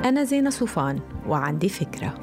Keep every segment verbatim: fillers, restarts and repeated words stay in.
أنا زينة صوفان وعندي فكرة.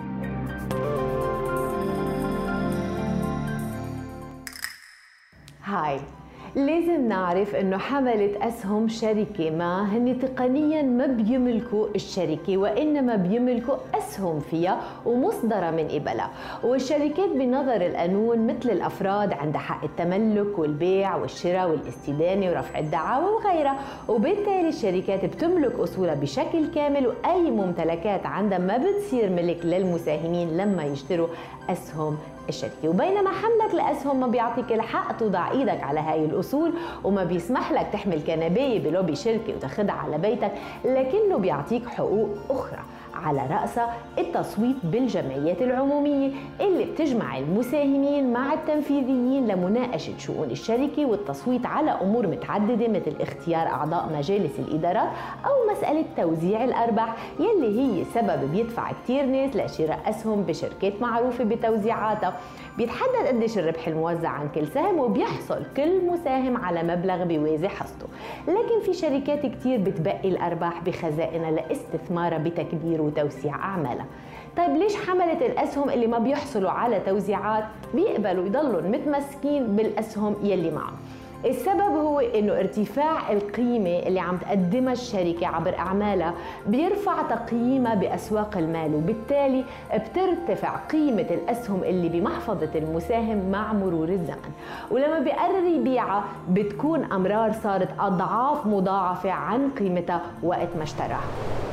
هاي، لازم نعرف انه حملة اسهم شركة ما هن تقنيا ما بيملكوا الشركة وانما بيملكوا اسهم فيها ومصدرة من قبلها، والشركات بنظر القانون مثل الافراد عندها حق التملك والبيع والشراء والاستدانة ورفع الدعاوى وغيرها، وبالتالي الشركات بتملك اصولها بشكل كامل واي ممتلكات عندها ما بتصير ملك للمساهمين لما يشتروا اسهم الشركة. وبينما حملك لأسهم ما بيعطيك الحق توضع ايدك على هاي الأصول وما بيسمح لك تحمل كنباية بلوبي شركة وتاخدها على بيتك، لكنه بيعطيك حقوق أخرى على رأسها التصويت بالجمعيات العمومية اللي بتجمع المساهمين مع التنفيذيين لمناقشة شؤون الشركة والتصويت على أمور متعددة مثل اختيار أعضاء مجالس الإدارات أو مسألة توزيع الأرباح يلي هي سبب بيدفع كتير ناس لشراء أسهم بشركات معروفة بتوزيعاتها. بيتحدد قديش الربح الموزع عن كل سهم وبيحصل كل مساهم على مبلغ بيوازي حصته، لكن في شركات كتير بتبقي الأرباح بخزائنها لاستثمارها بتكبير وتوسيع أعمالها. طيب ليش حملة الأسهم اللي ما بيحصلوا على توزيعات بيقبلوا يضلوا متمسكين بالأسهم يلي معهم؟ السبب هو انه ارتفاع القيمة اللي عم تقدمها الشركة عبر اعمالها بيرفع تقييمها باسواق المال، وبالتالي بترتفع قيمة الاسهم اللي بمحفظة المساهم مع مرور الزمن، ولما بيقرر يبيعها بتكون امرار صارت اضعاف مضاعفة عن قيمتها وقت ما اشتراها.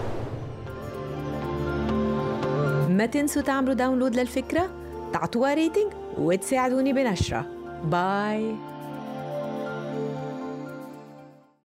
ما تنسوا تعملوا داونلود للفكرة، تعطوها ريتنج وتساعدوني بنشرها. باي.